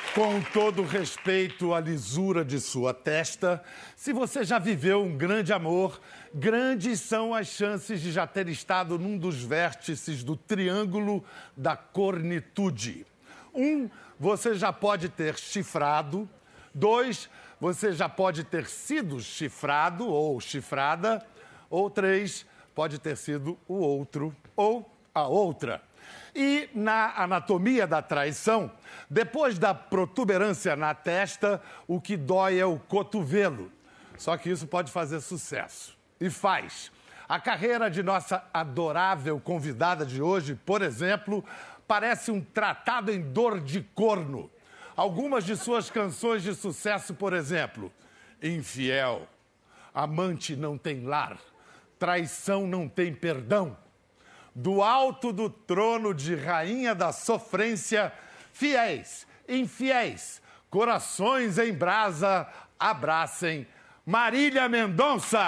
Com todo respeito à lisura de sua testa, se você já viveu um grande amor, grandes são as chances de já ter estado num dos vértices do triângulo da cornitude. 1, você já pode ter chifrado. 2, você já pode ter sido chifrado ou chifrada. Ou 3, pode ter sido o outro ou a outra. E na anatomia da traição, depois da protuberância na testa, o que dói é o cotovelo. Só que isso pode fazer sucesso. E faz. A carreira de nossa adorável convidada de hoje, por exemplo, parece um tratado em dor de corno. Algumas de suas canções de sucesso, por exemplo, Infiel, Amante não tem lar, Traição não tem perdão. Do alto do trono de rainha da sofrência, fiéis, infiéis, corações em brasa, abracem Marília Mendonça.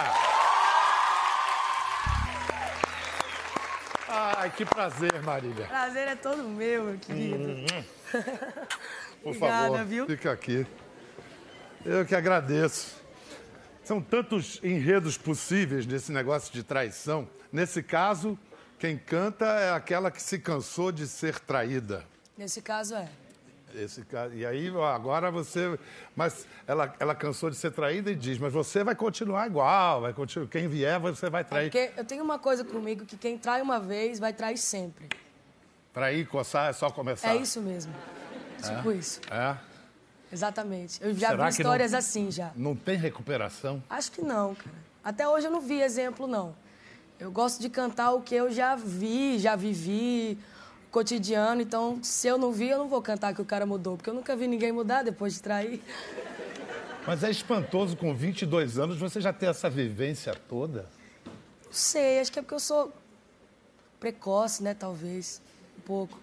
Ai, que prazer, Marília. Prazer é todo meu querido. Por Obrigada, favor, viu? fica aqui. Eu que agradeço. São tantos enredos possíveis nesse negócio de traição. Nesse caso, quem canta é aquela que se cansou de ser traída. Nesse caso é. E aí, agora você... Mas ela cansou de ser traída e diz, mas você vai continuar igual, vai continuar, quem vier, você vai trair. Porque eu tenho uma coisa comigo, que quem trai uma vez, vai trair sempre. Trair, coçar, é só começar. É isso mesmo. Tipo isso. É? Exatamente. Eu já Será vi que histórias não, assim, já. Não tem recuperação? Acho que não, cara. Até hoje eu não vi exemplo, não. Eu gosto de cantar o que eu já vi, já vivi, cotidiano. Então, se eu não vi, eu não vou cantar que o cara mudou. Porque eu nunca vi ninguém mudar depois de trair. Mas é espantoso, com 22 anos, você já ter essa vivência toda? Não sei, acho que é porque eu sou precoce, né, talvez. Um pouco.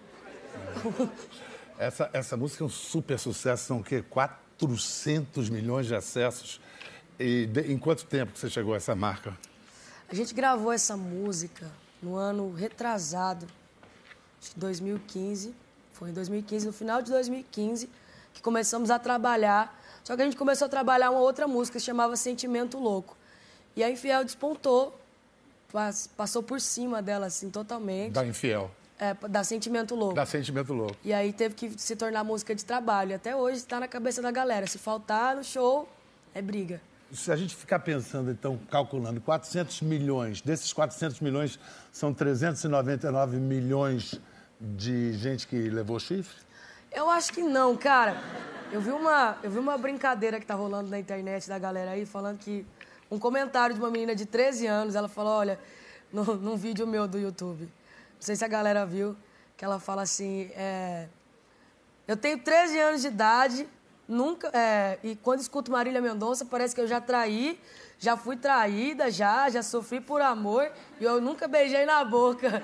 Essa música é um super sucesso, são o quê? 400 milhões de acessos. E em quanto tempo que você chegou a essa marca? A gente gravou essa música no ano retrasado, acho que 2015. Foi em 2015, no final de 2015, que começamos a trabalhar. Só que a gente começou a trabalhar uma outra música que se chamava Sentimento Louco. E a Infiel despontou, passou por cima dela, assim, totalmente. Da Infiel. É, da Sentimento Louco. Da Sentimento Louco. E aí teve que se tornar música de trabalho. E até hoje está na cabeça da galera. Se faltar no show, é briga. Se a gente ficar pensando, então, calculando, 400 milhões, desses 400 milhões, são 399 milhões de gente que levou chifre? Eu acho que não, cara. Eu vi uma brincadeira que tá rolando na internet da galera aí, falando que... Um comentário de uma menina de 13 anos, ela falou, olha, num vídeo meu do YouTube, não sei se a galera viu, que ela fala assim, eu tenho 13 anos de idade, nunca, e quando escuto Marília Mendonça, parece que eu já traí, já fui traída, já sofri por amor, e eu nunca beijei na boca.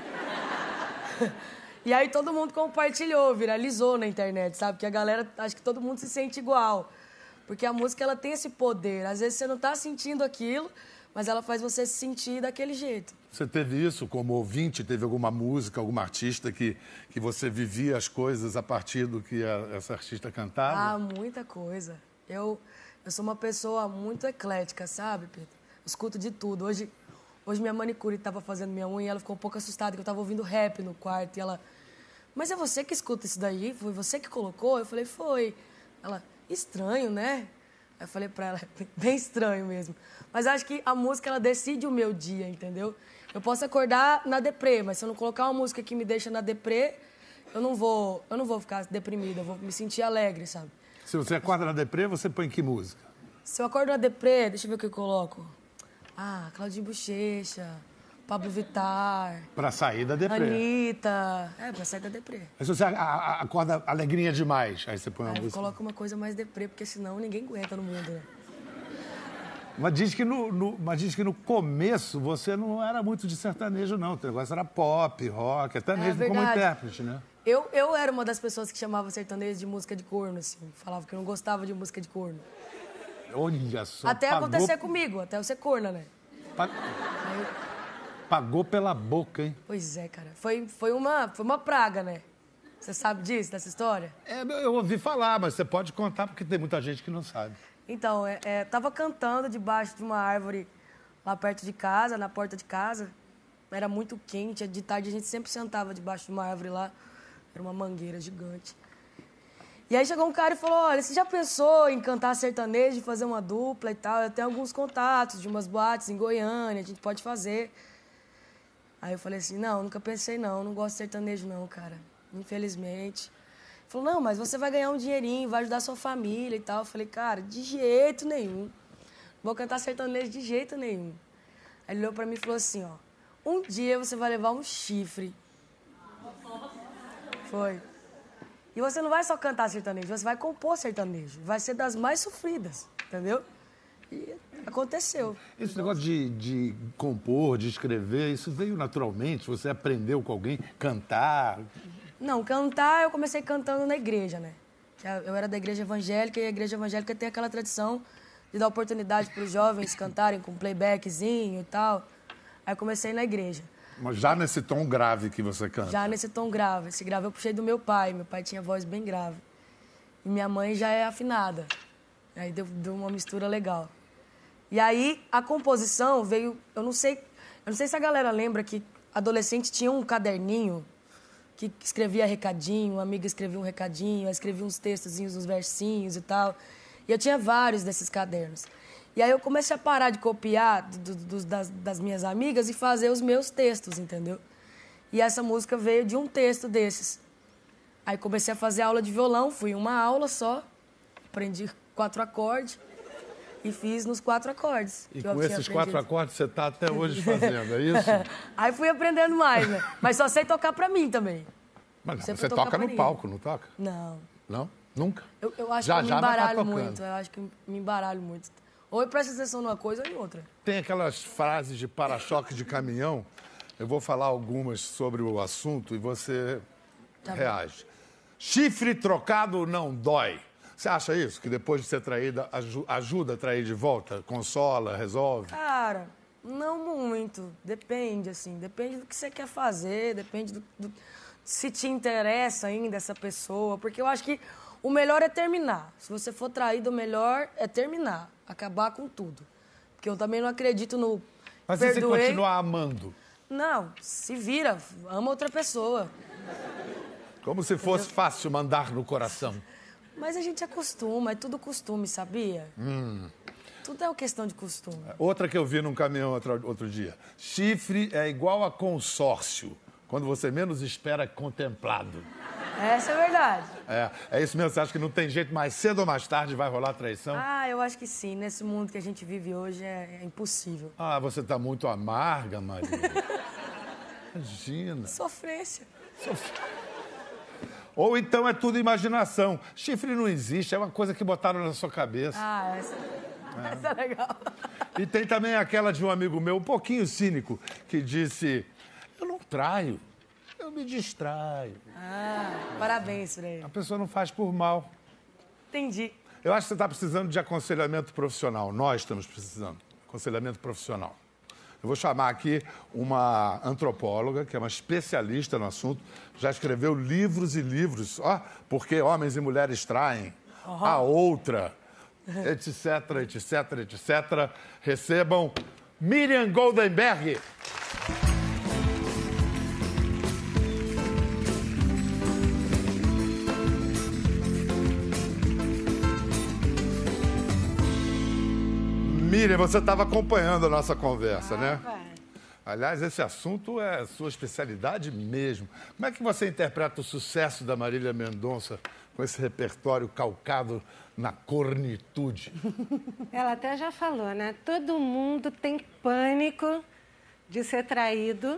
E aí todo mundo compartilhou, viralizou na internet, sabe? Que a galera, acho que todo mundo se sente igual. Porque a música, ela tem esse poder. Às vezes você não tá sentindo aquilo, mas ela faz você se sentir daquele jeito. Você teve isso como ouvinte? Teve alguma música, alguma artista que você vivia as coisas a partir do que essa artista cantava? Ah, muita coisa. Eu sou uma pessoa muito eclética, sabe, Pedro? Eu escuto de tudo. Hoje minha manicure estava fazendo minha unha e ela ficou um pouco assustada que eu estava ouvindo rap no quarto. E ela, mas é você que escuta isso daí? Foi você que colocou? Eu falei, foi. Ela, estranho, né? Eu falei pra ela, bem estranho mesmo. Mas acho que a música, ela decide o meu dia, entendeu? Eu posso acordar na deprê, mas se eu não colocar uma música que me deixa na deprê, eu não vou ficar deprimida, eu vou me sentir alegre, sabe? Se você acorda na deprê, você põe que música? Se eu acordo na deprê, deixa eu ver o que eu coloco. Ah, Claudinho Bochecha, Pablo Vittar... Pra sair da deprê. Anitta... pra sair da deprê. Mas se você acorda alegrinha demais, aí você põe uma Aí eu música... coloco uma coisa mais deprê, porque senão ninguém aguenta no mundo, né? Mas diz que no começo você não era muito de sertanejo, não. O negócio era pop, rock, até mesmo como intérprete, né? Eu era uma das pessoas que chamava sertanejo de música de corno, assim. Falava que eu não gostava de música de corno. Olha só, até acontecer comigo, até eu ser corna, né? Pagou pela boca, hein? Pois é, cara. Foi uma praga, né? Você sabe disso, dessa história? Eu ouvi falar, mas você pode contar porque tem muita gente que não sabe. Então, tava cantando debaixo de uma árvore lá perto de casa, na porta de casa. Era muito quente, de tarde a gente sempre sentava debaixo de uma árvore lá. Era uma mangueira gigante. E aí chegou um cara e falou, olha, você já pensou em cantar sertanejo, fazer uma dupla e tal? Eu tenho alguns contatos de umas boates em Goiânia, a gente pode fazer. Aí eu falei assim, não, nunca pensei não gosto de sertanejo não, cara, infelizmente. Ele falou, não, mas você vai ganhar um dinheirinho, vai ajudar sua família e tal. Eu falei, cara, de jeito nenhum, não vou cantar sertanejo de jeito nenhum. Aí ele olhou pra mim e falou assim, ó, um dia você vai levar um chifre. Foi. E você não vai só cantar sertanejo, você vai compor sertanejo. Vai ser das mais sofridas, entendeu? E aconteceu. Esse negócio de compor, de escrever, isso veio naturalmente? Você aprendeu com alguém cantar? Não, cantar eu comecei cantando na igreja, né? Eu era da igreja evangélica e a igreja evangélica tem aquela tradição de dar oportunidade para os jovens cantarem com playbackzinho e tal. Aí eu comecei na igreja. Mas já nesse tom grave que você canta? Já nesse tom grave. Esse grave eu puxei do meu pai. Meu pai tinha voz bem grave. E minha mãe já é afinada. Aí deu uma mistura legal. E aí a composição veio... Eu não sei se a galera lembra que adolescente tinha um caderninho que escrevia recadinho, uma amiga escrevia um recadinho, eu escrevia uns textozinhos, uns versinhos e tal. E eu tinha vários desses cadernos. E aí eu comecei a parar de copiar das minhas amigas e fazer os meus textos, entendeu? E essa música veio de um texto desses. Aí comecei a fazer aula de violão, fui uma aula só, aprendi 4 acordes e fiz nos 4 acordes. E com esses 4 acordes você está até hoje fazendo, é isso? Aí fui aprendendo mais, né? Mas só sei tocar pra mim também. Mas não, você toca no palco, não toca? Não. Não? Nunca? Eu acho que eu me embaralho muito. Eu acho que eu me embaralho muito. Ou eu presto atenção numa coisa ou em outra. Tem aquelas frases de para-choque de caminhão. Eu vou falar algumas sobre o assunto e você reage. Chifre trocado não dói. Você acha isso? Que depois de ser traída, ajuda a trair de volta? Consola, resolve? Cara, não muito. Depende, assim. Depende do que você quer fazer, depende do se te interessa ainda essa pessoa. Porque eu acho que o melhor é terminar. Se você for traído, o melhor é terminar. Acabar com tudo. Porque eu também não acredito no Mas se você continuar amando? Não, se vira. Ama outra pessoa. Como se fosse fácil mandar no coração. Mas a gente acostuma, é tudo costume, sabia? Tudo é uma questão de costume. Outra que eu vi num caminhão outro dia. Chifre é igual a consórcio. Quando você menos espera, é contemplado. Essa é verdade. É isso mesmo? Você acha que não tem jeito, mais cedo ou mais tarde vai rolar traição? Ah, eu acho que sim. Nesse mundo que a gente vive hoje é impossível. Ah, você tá muito amarga, Maria. Imagina. Sofrência. Ou então é tudo imaginação. Chifre não existe, é uma coisa que botaram na sua cabeça. Ah, essa é legal. E tem também aquela de um amigo meu, um pouquinho cínico, que disse, eu não traio, eu me distraio. Ah, parabéns pra ele. A pessoa não faz por mal. Entendi. Eu acho que você está precisando de aconselhamento profissional. Nós estamos precisando de aconselhamento profissional. Eu vou chamar aqui uma antropóloga, que é uma especialista no assunto, já escreveu livros e livros, porque homens e mulheres traem, a outra, etc, etc, etc. Recebam Miriam Goldenberg. Miriam, você estava acompanhando a nossa conversa, né? Aliás, esse assunto é sua especialidade mesmo. Como é que você interpreta o sucesso da Marília Mendonça com esse repertório calcado na cornitude? Ela até já falou, né? Todo mundo tem pânico de ser traído.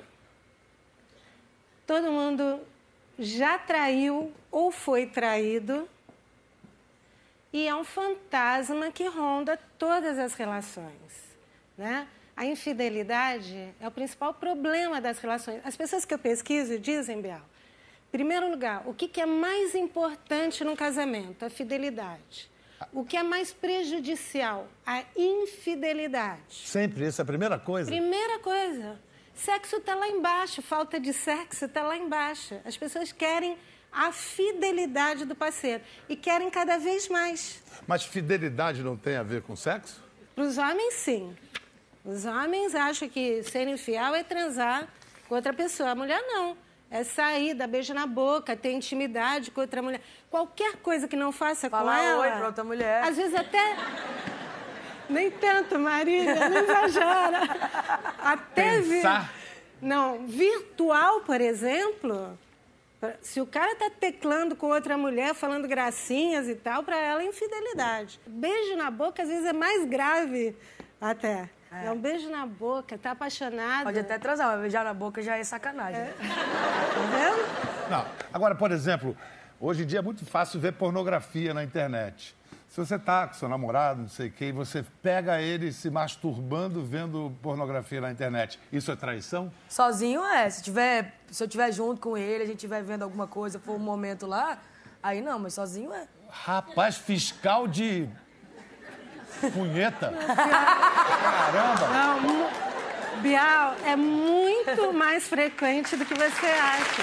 Todo mundo já traiu ou foi traído. E é um fantasma que ronda todas as relações, né? A infidelidade é o principal problema das relações. As pessoas que eu pesquiso dizem, Bial, em primeiro lugar, o que é mais importante num casamento? A fidelidade. O que é mais prejudicial? A infidelidade. Sempre, essa é a primeira coisa? Primeira coisa. Sexo está lá embaixo, falta de sexo está lá embaixo. As pessoas querem a fidelidade do parceiro. E querem cada vez mais. Mas fidelidade não tem a ver com sexo? Para os homens, sim. Os homens acham que ser infiel é transar com outra pessoa. A mulher, não. É sair, dar beijo na boca, ter intimidade com outra mulher. Qualquer coisa que não faça Falar com ela... oi pra outra mulher. Às vezes até... Nem tanto, Marília, não exagera. Até Pensar? Não, virtual, por exemplo... Se o cara tá teclando com outra mulher, falando gracinhas e tal, para ela é infidelidade. Beijo na boca, às vezes, é mais grave até. É um beijo na boca, tá apaixonada. Pode até transar, mas beijar na boca já é sacanagem. Tá vendo? Não. Agora, por exemplo, hoje em dia é muito fácil ver pornografia na internet. Se você tá com seu namorado, não sei o quê, e você pega ele se masturbando vendo pornografia na internet, isso é traição? Sozinho é. Se eu estiver junto com ele, a gente estiver vendo alguma coisa, for um momento lá, aí não, mas sozinho é. Rapaz, fiscal de punheta? Caramba! Não, Bial, é muito mais frequente do que você acha.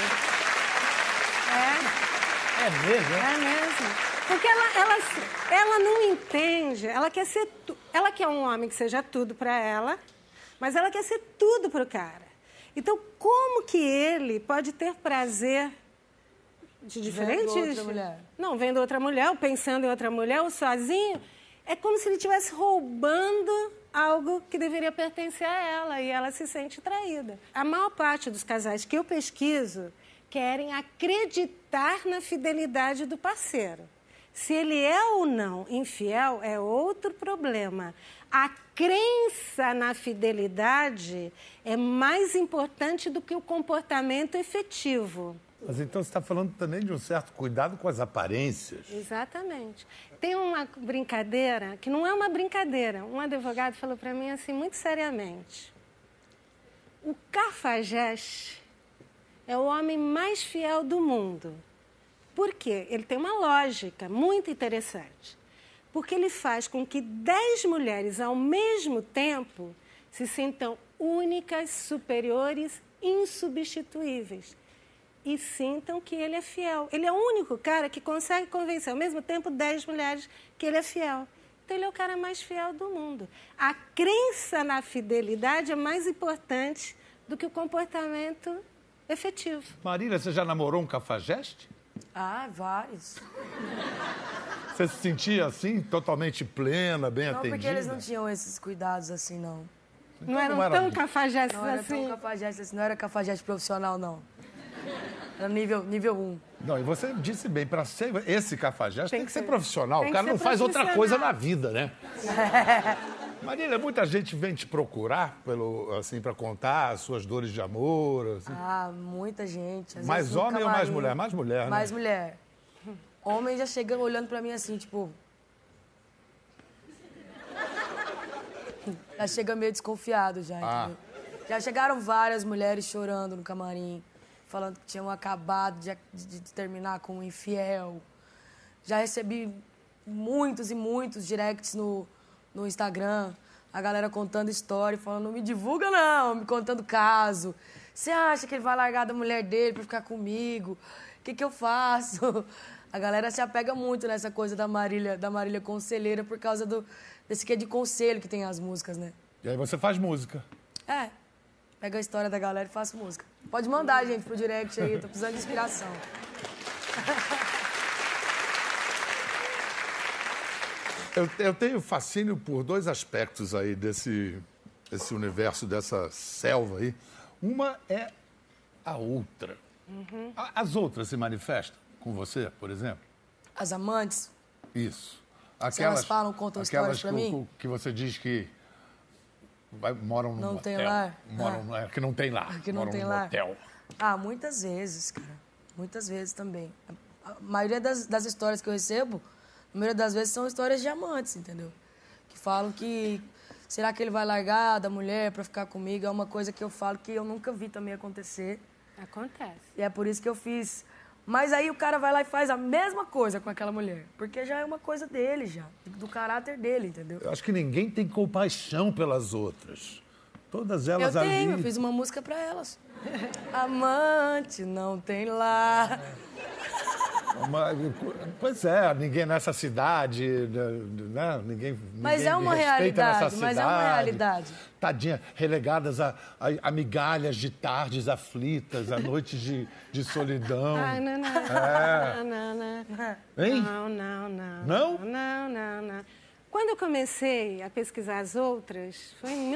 É mesmo, É mesmo. Porque ela não entende, ela quer um homem que seja tudo para ela, mas ela quer ser tudo para o cara. Então, como que ele pode ter prazer de diferentes... Vendo outra mulher. Não, vendo outra mulher, ou pensando em outra mulher, ou sozinho. É como se ele estivesse roubando algo que deveria pertencer a ela, e ela se sente traída. A maior parte dos casais que eu pesquiso querem acreditar na fidelidade do parceiro. Se ele é ou não infiel, é outro problema. A crença na fidelidade é mais importante do que o comportamento efetivo. Mas então você está falando também de um certo cuidado com as aparências. Exatamente. Tem uma brincadeira, que não é uma brincadeira. Um advogado falou para mim assim, muito seriamente. O cafajeste é o homem mais fiel do mundo. Por quê? Ele tem uma lógica muito interessante. Porque ele faz com que 10 mulheres, ao mesmo tempo, se sintam únicas, superiores, insubstituíveis. E sintam que ele é fiel. Ele é o único cara que consegue convencer, ao mesmo tempo, 10 mulheres que ele é fiel. Então, ele é o cara mais fiel do mundo. A crença na fidelidade é mais importante do que o comportamento efetivo. Marília, você já namorou um cafajeste? Ah, vários. Você se sentia assim, totalmente plena, bem Não, atendida? porque eles não tinham esses cuidados assim, não. Não eram não era tão isso. cafajestes Não era assim. tão cafajeste assim, não era cafajeste profissional, não. Era nível 1. Não, e você disse bem, para ser esse cafajeste tem que ser ser. profissional. Tem O que cara ser não faz outra profissional. coisa na vida, né? Marília, muita gente vem te procurar assim, para contar as suas dores de amor. Assim. Ah, muita gente. Às Mais vezes no homem ou mais camarim. mulher? Mais mulher, né? Mais mulher. Homem já chega olhando pra mim assim, tipo... Já chega meio desconfiado já, entendeu? Já chegaram várias mulheres chorando no camarim, falando que tinham acabado de terminar com um infiel. Já recebi muitos e muitos directs no Instagram, a galera contando história, falando, não me divulga não, me contando caso. Você acha que ele vai largar da mulher dele pra ficar comigo? O que eu faço? A galera se apega muito nessa coisa da Marília conselheira por causa desse quê de conselho que tem as músicas, né? E aí você faz música. É, pega a história da galera e faço música. Pode mandar, gente, pro direct aí, tô precisando de inspiração. Eu tenho fascínio por dois aspectos aí desse universo, dessa selva aí. Uma é a outra. As outras se manifestam com você, por exemplo? As amantes, Isso. elas falam, contam histórias pra mim? Que você diz que moram num Não tem hotel. lar? Que não tem lar. Que não moram tem num lar. hotel. Ah, muitas vezes, cara. Muitas vezes também. A maioria das histórias que eu recebo, a maioria das vezes são histórias de amantes, entendeu? Que falam que... Será que ele vai largar da mulher pra ficar comigo? É uma coisa que eu falo que eu nunca vi também acontecer. Acontece. E é por isso que eu fiz. Mas aí o cara vai lá e faz a mesma coisa com aquela mulher. Porque já é uma coisa dele, já. Do caráter dele, entendeu? Eu acho que ninguém tem compaixão pelas outras. Todas elas Eu tenho, ali. eu fiz uma música pra elas. Amante não tem lar. Pois é, ninguém nessa cidade, né? Ninguém Mas é uma respeita nessa realidade, mas é uma cidade. realidade. Tadinha, relegadas a migalhas de tardes aflitas, a noites de solidão. Ai, não. Hein? Não. Não? Não. Quando eu comecei a pesquisar as outras, foi em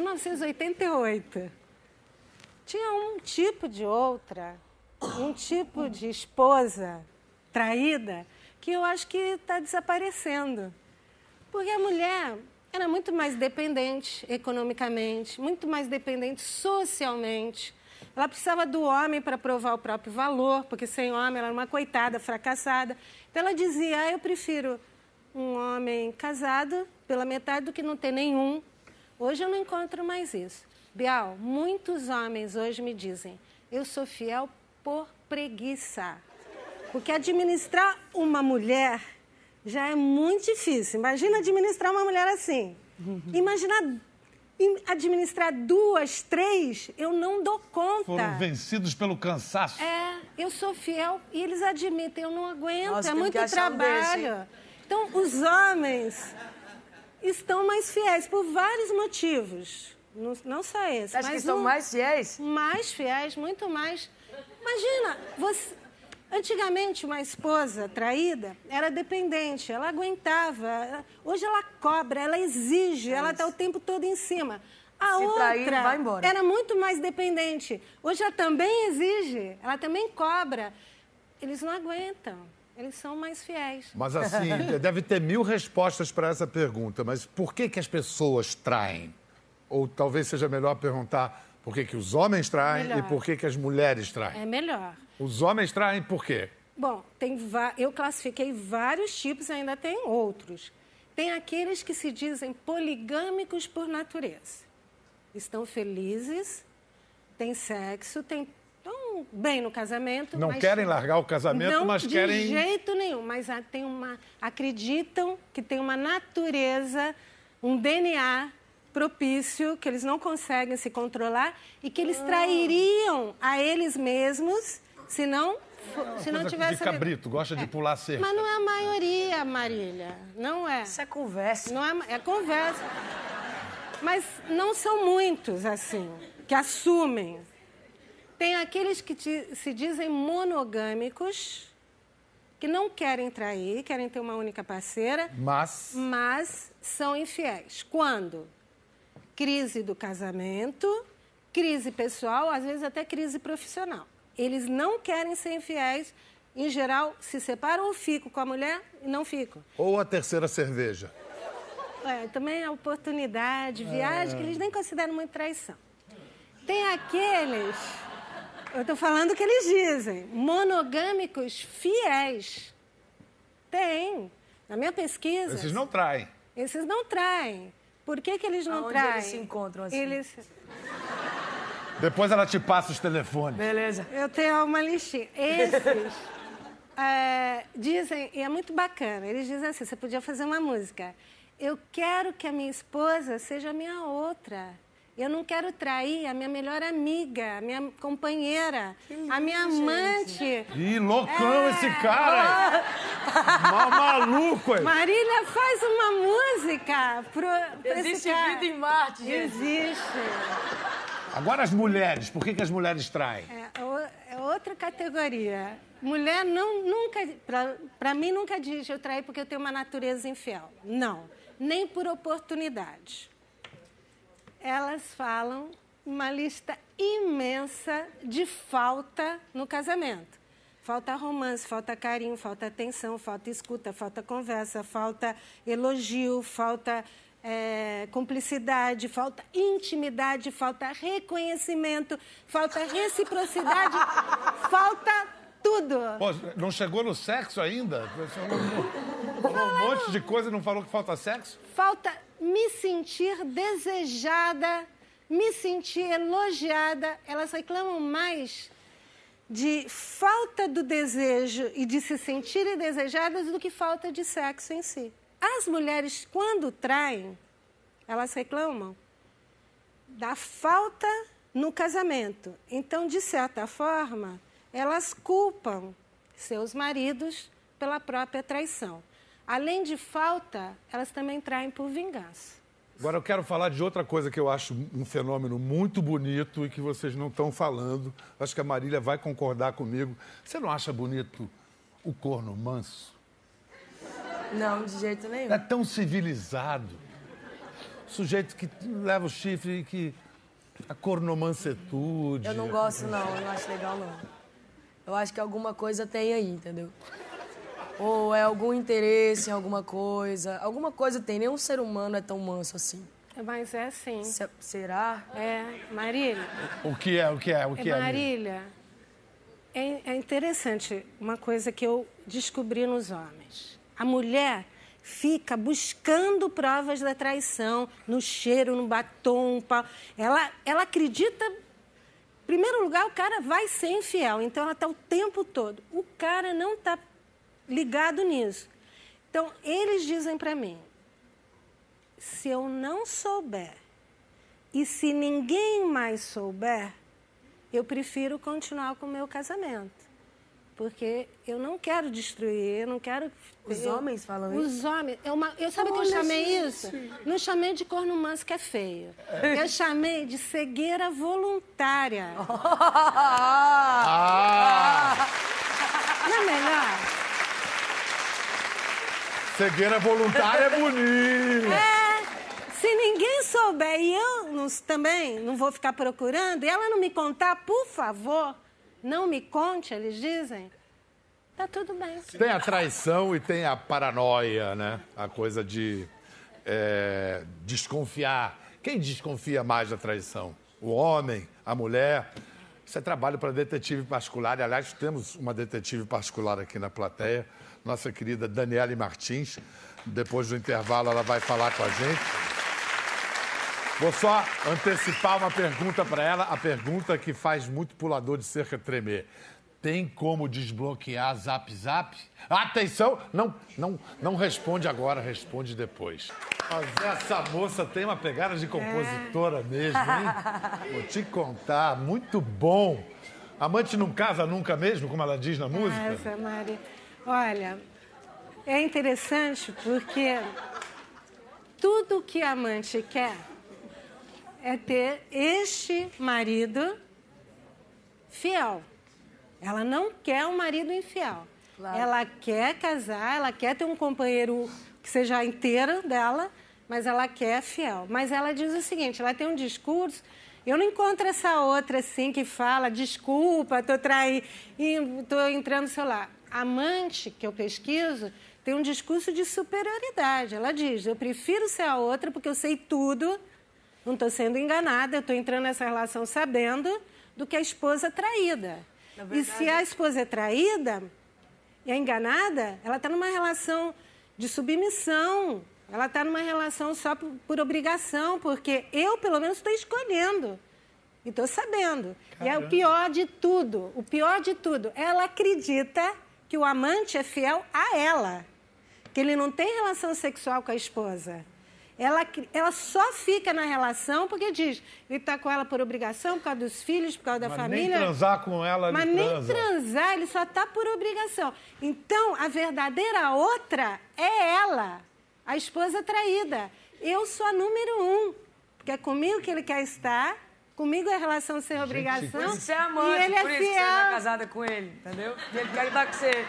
1988. Tinha um tipo de outra, um tipo de esposa traída, que eu acho que está desaparecendo. Porque a mulher era muito mais dependente economicamente, muito mais dependente socialmente. Ela precisava do homem para provar o próprio valor, porque sem homem ela era uma coitada, fracassada. Então ela dizia, eu prefiro um homem casado pela metade do que não ter nenhum. Hoje eu não encontro mais isso. Bial, muitos homens hoje me dizem, eu sou fiel por preguiça. Porque administrar uma mulher já é muito difícil. Imagina administrar uma mulher assim. Imagina administrar 2, 3, eu não dou conta. Foram vencidos pelo cansaço. Eu sou fiel e eles admitem, eu não aguento, Nossa, é temos muito que achar um desse, hein? trabalho. Então, os homens estão mais fiéis por vários motivos. Não só esse. Você acha mas que são mais fiéis? mais fiéis, muito mais. Imagina, antigamente uma esposa traída era dependente, ela aguentava. Hoje ela cobra, ela exige, ela está o tempo todo em cima. A Se outra trair, vai embora. era muito mais dependente. Hoje ela também exige, ela também cobra. Eles não aguentam, eles são mais fiéis. Mas assim, deve ter 1000 respostas para essa pergunta. Mas por que as pessoas traem? Ou talvez seja melhor perguntar por que os homens traem Melhor. e por que as mulheres traem. É melhor. Os homens traem por quê? Bom, eu classifiquei vários tipos, ainda tem outros. Tem aqueles que se dizem poligâmicos por natureza. Estão felizes, têm sexo, estão bem no casamento. Não mas querem largar o casamento, não, mas querem... de jeito nenhum, mas acreditam que tem uma natureza, um DNA propício, que eles não conseguem se controlar e que eles trairiam a eles mesmos se não tivesse... De cabrito, gosta de pular cerca. Mas não é a maioria, Marília. Não é. Isso é conversa. Não é conversa. Mas não são muitos, assim, que assumem. Tem aqueles que se dizem monogâmicos, que não querem trair, querem ter uma única parceira, mas são infiéis. Quando? Crise do casamento, crise pessoal, às vezes até crise profissional. Eles não querem ser infiéis, em geral, se separam ou ficam com a mulher e não ficam. Ou a terceira cerveja. Também a oportunidade, viagem, que eles nem consideram muito traição. Tem aqueles, eu estou falando o que eles dizem, monogâmicos fiéis. Tem. Na minha pesquisa... Esses não traem. Esses não traem. Por que eles não Aonde traem? eles se encontram assim? Depois ela te passa os telefones. Beleza. Eu tenho uma listinha. Esses dizem, e é muito bacana, eles dizem assim, você podia fazer uma música. Eu quero que a minha esposa seja a minha outra. Eu não quero trair a minha melhor amiga, a minha companheira, a minha amante. Ih, loucão esse cara! Maluco, hein? Marília, faz uma música pra esse Existe cara. vida em Marte, gente. Existe. Agora as mulheres, por que as mulheres traem? É outra categoria. Mulher nunca, para mim, nunca diz eu traí porque eu tenho uma natureza infiel. Não, nem por oportunidade. Elas falam uma lista imensa de falta no casamento. Falta romance, falta carinho, falta atenção, falta escuta, falta conversa, falta elogio, falta cumplicidade, falta intimidade, falta reconhecimento, falta reciprocidade, falta tudo. Pô, não chegou no sexo ainda? Falou um monte de coisa e não falou que falta sexo? Falta me sentir desejada, me sentir elogiada. Elas reclamam mais de falta do desejo e de se sentirem desejadas do que falta de sexo em si. As mulheres, quando traem, elas reclamam da falta no casamento. Então, de certa forma, elas culpam seus maridos pela própria traição. Além de falta, elas também traem por vingança. Agora eu quero falar de outra coisa que eu acho um fenômeno muito bonito e que vocês não estão falando. Acho que a Marília vai concordar comigo. Você não acha bonito o corno manso? Não, de jeito nenhum. É tão civilizado. Sujeito que leva o chifre e que... A cornomancetude. Eu não gosto, não. Eu não acho legal, não. Eu acho que alguma coisa tem aí, entendeu? Ou é algum interesse em alguma coisa. Alguma coisa tem. Nenhum ser humano é tão manso assim. Mas é assim. Será? Marília. O que é? Marília, é interessante uma coisa que eu descobri nos homens. A mulher fica buscando provas da traição, no cheiro, no batom. Ela acredita... Em primeiro lugar, o cara vai ser infiel. Então, ela está o tempo todo. O cara não está ligado nisso. Então, eles dizem para mim, se eu não souber e se ninguém mais souber, eu prefiro continuar com o meu casamento. Porque eu não quero destruir, eu não quero... Os homens falam isso? Os homens. Sabe o que eu chamei isso? Não chamei de corno manso, que é feio. Eu chamei de cegueira voluntária. Não é melhor? Cegueira voluntária é bonito. Se ninguém souber e eu também não vou ficar procurando, e ela não me contar, por favor, não me conte, eles dizem, tá tudo bem. Tem a traição e tem a paranoia, né? A coisa de desconfiar. Quem desconfia mais da traição? O homem, a mulher? Isso é trabalho para detetive particular. E, aliás, temos uma detetive particular aqui na plateia, nossa querida Daniele Martins. Depois do intervalo, ela vai falar com a gente. Vou só antecipar uma pergunta para ela, a pergunta que faz muito pulador de cerca tremer. Tem como desbloquear Zap Zap? Atenção! Não responde agora, responde depois. Mas essa moça tem uma pegada de compositora mesmo, hein? Vou te contar, muito bom. Amante não casa nunca mesmo, como ela diz na música? Essa, Maria. Olha, é interessante porque tudo que a amante quer é ter este marido fiel. Ela não quer um marido infiel. Claro. Ela quer casar, ela quer ter um companheiro que seja inteiro dela, mas ela quer fiel. Mas ela diz o seguinte, ela tem um discurso, eu não encontro essa outra assim que fala, desculpa, estou entrando no celular. A amante que eu pesquiso tem um discurso de superioridade. Ela diz, eu prefiro ser a outra porque eu sei tudo, não estou sendo enganada, eu estou entrando nessa relação sabendo do que a esposa traída. E se a esposa é traída e é enganada, ela está numa relação de submissão, ela está numa relação só por obrigação, porque eu, pelo menos, estou escolhendo e estou sabendo. Caramba. E é o pior de tudo, ela acredita que o amante é fiel a ela, que ele não tem relação sexual com a esposa. Ela só fica na relação porque diz, ele está com ela por obrigação, por causa dos filhos, por causa da família. Nem transar com ela, mas nem transar, ele só está por obrigação. Então, a verdadeira outra é ela, a esposa traída. Eu sou a número 1, porque é comigo que ele quer estar, comigo é relação sem obrigação. Por isso você é amante, e ele por é isso fiel. você não é casada com ele, entendeu? E ele quer estar com você.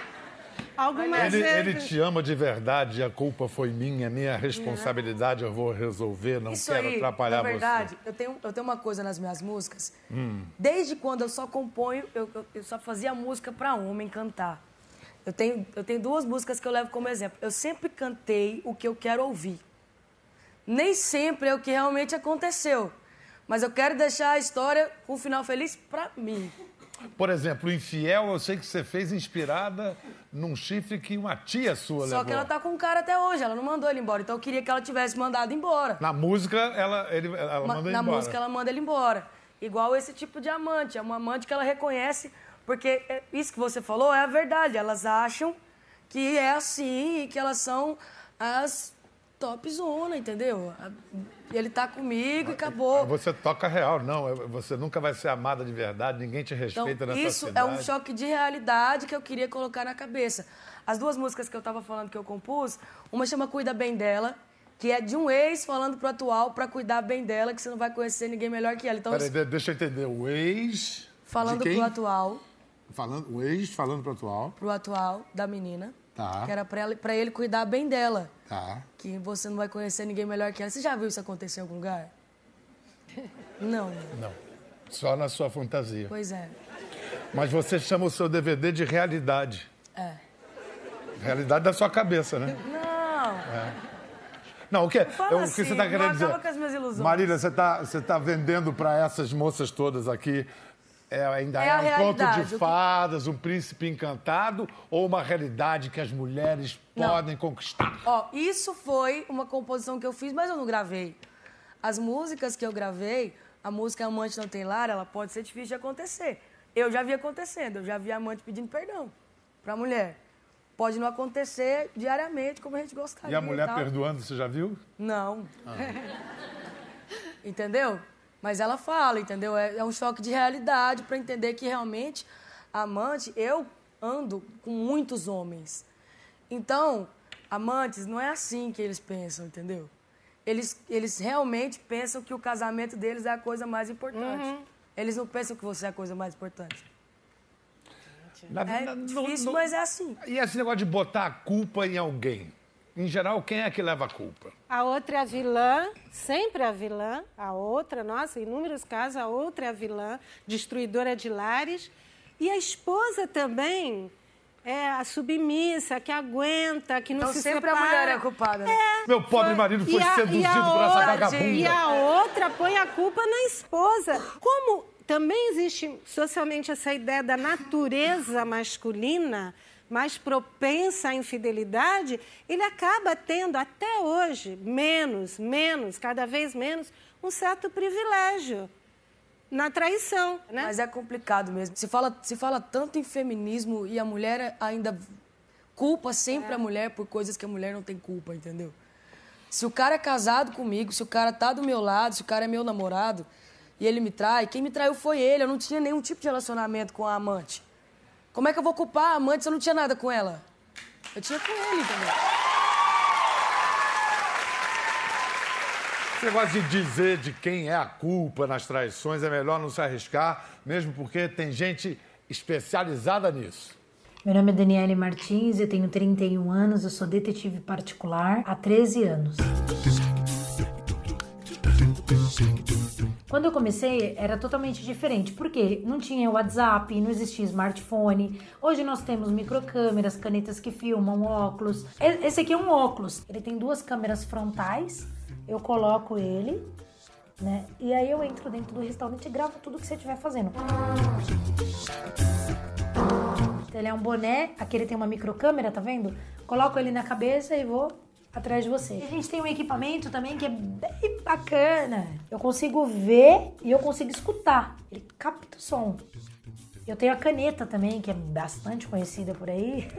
Ele te ama de verdade, a culpa foi minha responsabilidade, eu vou resolver, não isso quero aí, atrapalhar na verdade, você. Eu tenho uma coisa nas minhas músicas. Desde quando eu só componho, eu só fazia música para homem cantar. Eu tenho 2 músicas que eu levo como exemplo. Eu sempre cantei o que eu quero ouvir. Nem sempre é o que realmente aconteceu. Mas eu quero deixar a história com um final feliz para mim. Por exemplo, o Infiel, eu sei que você fez inspirada num chifre que uma tia sua levou. Só que ela tá com um cara até hoje, ela não mandou ele embora. Então eu queria que ela tivesse mandado embora. Na música, ela manda ele embora. Na música, ela manda ele embora. Igual esse tipo de amante. É uma amante que ela reconhece, porque isso que você falou é a verdade. Elas acham que é assim e que elas são as topzona, entendeu? Ele tá comigo e acabou. Você toca real, não. Você nunca vai ser amada de verdade, ninguém te respeita nessa isso cidade. É um choque de realidade que eu queria colocar na cabeça. As duas músicas que eu tava falando que eu compus, uma chama Cuida Bem Dela, que é de um ex falando pro atual pra cuidar bem dela, que você não vai conhecer ninguém melhor que ela. Então, peraí, deixa eu entender. O ex... falando pro atual. O ex falando pro atual. Pro atual da menina. Tá. Que era pra ele cuidar bem dela. Tá. Que você não vai conhecer ninguém melhor que ela. Você já viu isso acontecer em algum lugar? Não. Não. Só na sua fantasia. Pois é. Mas você chama o seu DVD de realidade. É. Realidade da sua cabeça, né? Não. É. Não, o que você está querendo dizer? Acaba com as minhas ilusões. Marília, você tá vendendo para essas moças todas aqui ainda é um conto de fadas, um príncipe encantado ou uma realidade que as mulheres podem conquistar? Ó, isso foi uma composição que eu fiz, mas eu não gravei. As músicas que eu gravei, a música Amante Não Tem Lar, ela pode ser difícil de acontecer. Eu já vi acontecendo, eu já vi amante pedindo perdão pra mulher. Pode não acontecer diariamente, como a gente gostaria. E a mulher perdoando, você já viu? Não. Entendeu? Mas ela fala, entendeu? É um choque de realidade para entender que realmente, amante, eu ando com muitos homens. Então, amantes, não é assim que eles pensam, entendeu? Eles realmente pensam que o casamento deles é a coisa mais importante. Uhum. Eles não pensam que você é a coisa mais importante. É difícil, mas é assim. E esse negócio de botar a culpa em alguém? Em geral, quem é que leva a culpa? A outra é a vilã, sempre a vilã. A outra, nossa, em inúmeros casos, a outra é a vilã, destruidora de lares. E a esposa também é a submissa, que aguenta, que não então, se sempre separa. A mulher é a culpada, né? Meu pobre marido foi seduzido por essa vagabunda. E a outra põe a culpa na esposa. Como também existe socialmente essa ideia da natureza masculina mais propensa à infidelidade, ele acaba tendo, até hoje, cada vez menos, um certo privilégio na traição, né? Mas é complicado mesmo. Se fala tanto em feminismo e a mulher ainda culpa sempre a mulher por coisas que a mulher não tem culpa, entendeu? Se o cara é casado comigo, se o cara tá do meu lado, se o cara é meu namorado e ele me trai, quem me traiu foi ele. Eu não tinha nenhum tipo de relacionamento com a amante. Como é que eu vou culpar a amante se eu não tinha nada com ela? Eu tinha com ele também. Esse negócio de dizer de quem é a culpa nas traições é melhor não se arriscar, mesmo porque tem gente especializada nisso. Meu nome é Daniele Martins, eu tenho 31 anos, eu sou detetive particular há 13 anos. Quando eu comecei, era totalmente diferente, porque não tinha WhatsApp, não existia smartphone. Hoje nós temos microcâmeras, canetas que filmam, óculos. Esse aqui é um óculos. Ele tem 2 câmeras frontais, eu coloco ele, né? E aí eu entro dentro do restaurante e gravo tudo que você estiver fazendo. Ele é um boné, aqui ele tem uma microcâmera, tá vendo? Coloco ele na cabeça e vou atrás de você. A gente tem um equipamento também que é bem bacana. Eu consigo ver e eu consigo escutar. Ele capta o som. Eu tenho a caneta também, que é bastante conhecida por aí.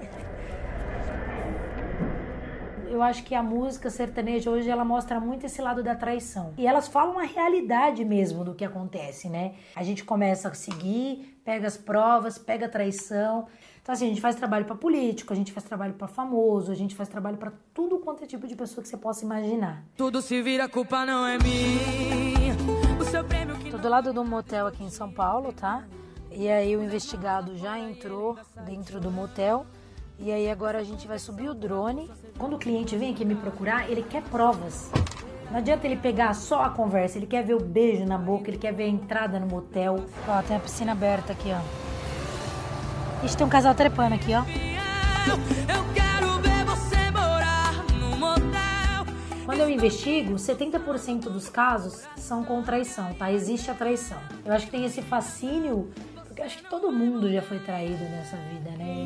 Eu acho que a música sertaneja hoje, ela mostra muito esse lado da traição. E elas falam a realidade mesmo do que acontece, né? A gente começa a seguir, pega as provas, pega a traição. Então, assim, a gente faz trabalho para político, a gente faz trabalho para famoso, a gente faz trabalho para tudo quanto é tipo de pessoa que você possa imaginar. Tudo se vira, a culpa não é minha. O seu prêmio que... Tô do lado de um motel aqui em São Paulo, tá? E aí o investigado já entrou dentro do motel. E aí agora a gente vai subir o drone. Quando o cliente vem aqui me procurar, ele quer provas. Não adianta ele pegar só a conversa, ele quer ver o beijo na boca, ele quer ver a entrada no motel. Ó, tem a piscina aberta aqui, ó. Ixi, tem um casal trepando aqui, ó. Eu quero ver você morar no motel. Quando eu investigo, 70% dos casos são com traição, tá? Existe a traição. Eu acho que tem esse fascínio, porque eu acho que todo mundo já foi traído nessa vida, né?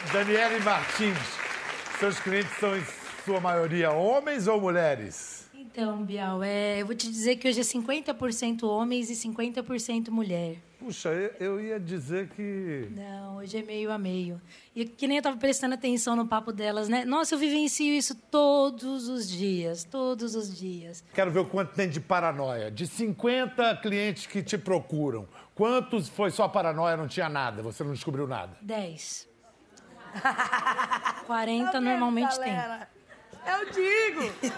Daniele Martins, seus clientes são em sua maioria homens ou mulheres? Então, Bial, eu vou te dizer que hoje é 50% homens e 50% mulher. Puxa, eu ia dizer que... Não, hoje é meio a meio. E que nem eu estava prestando atenção no papo delas, né? Nossa, eu vivencio isso todos os dias, todos os dias. Quero ver o quanto tem de paranoia. De 50 clientes que te procuram, quantos foi só paranoia, não tinha nada, você não descobriu nada? 10. 40 normalmente tem. Eu digo!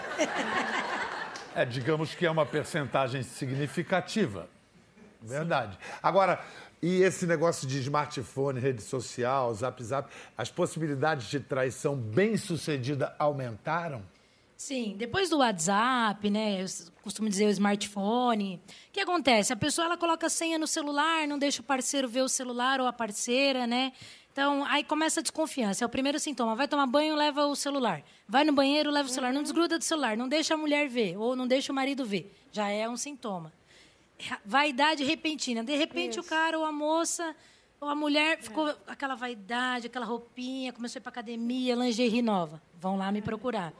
Digamos que é uma percentagem significativa. Verdade. Agora, e esse negócio de smartphone, rede social, zap, as possibilidades de traição bem-sucedida aumentaram? Sim, depois do WhatsApp, né, eu costumo dizer o smartphone, o que acontece? A pessoa ela coloca a senha no celular, não deixa o parceiro ver o celular ou a parceira, né? Então, aí começa a desconfiança. É o primeiro sintoma. Vai tomar banho, leva o celular. Vai no banheiro, leva o celular. Não desgruda do celular, não deixa a mulher ver ou não deixa o marido ver. Já é um sintoma. Vaidade repentina. De repente, o cara ou a moça ou a mulher ficou aquela vaidade, aquela roupinha, começou a ir para academia, lingerie nova. Vão lá me procurar.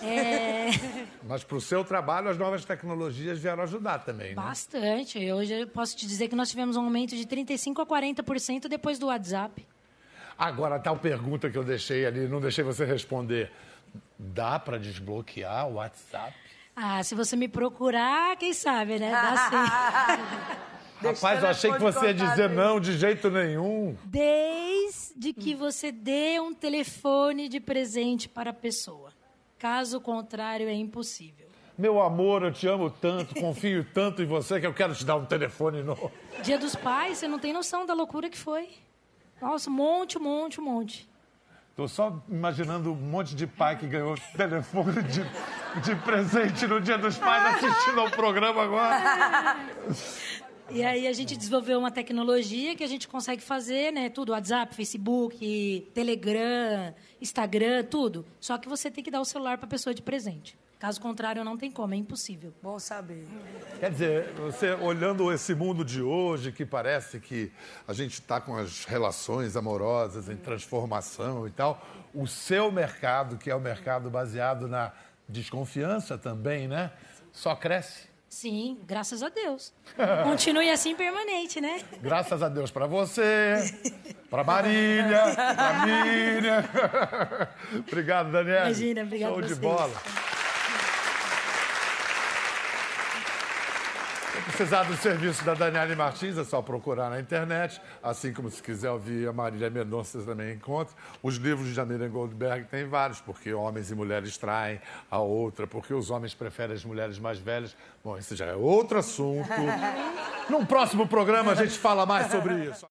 Mas para o seu trabalho, as novas tecnologias vieram ajudar também, né? Bastante. Hoje eu posso te dizer que nós tivemos um aumento de 35% a 40% depois do WhatsApp. Agora, tal pergunta que eu deixei ali, não deixei você responder. Dá para desbloquear o WhatsApp? Ah, se você me procurar, quem sabe, né? Dá sim. Rapaz, eu achei que você ia dizer não, de jeito nenhum. Desde que você dê um telefone de presente para a pessoa. Caso contrário, é impossível. Meu amor, eu te amo tanto, confio tanto em você que eu quero te dar um telefone novo. Dia dos Pais, você não tem noção da loucura que foi. Nossa, um monte. Tô só imaginando um monte de pai que ganhou telefone de presente no Dia dos Pais assistindo ao programa agora. E aí a gente desenvolveu uma tecnologia que a gente consegue fazer, né? Tudo, WhatsApp, Facebook, Telegram, Instagram, tudo. Só que você tem que dar o celular para a pessoa de presente. Caso contrário, não tem como, é impossível. Bom saber. Quer dizer, você olhando esse mundo de hoje, que parece que a gente está com as relações amorosas em transformação e tal, o seu mercado, que é o mercado baseado na desconfiança também, né? Só cresce. Sim, graças a Deus. Continue assim permanente, né? Graças a Deus para você, para Marília, para Miriam. Obrigado, Daniela. Imagina, obrigado Show a de vocês. bola. Se precisar do serviço da Daniela Martins, é só procurar na internet. Assim como se quiser ouvir a Marília Mendonça, você também encontra. Os livros de Miriam Goldberg tem vários, porque homens e mulheres traem a outra, porque os homens preferem as mulheres mais velhas. Bom, esse já é outro assunto. Num próximo programa a gente fala mais sobre isso.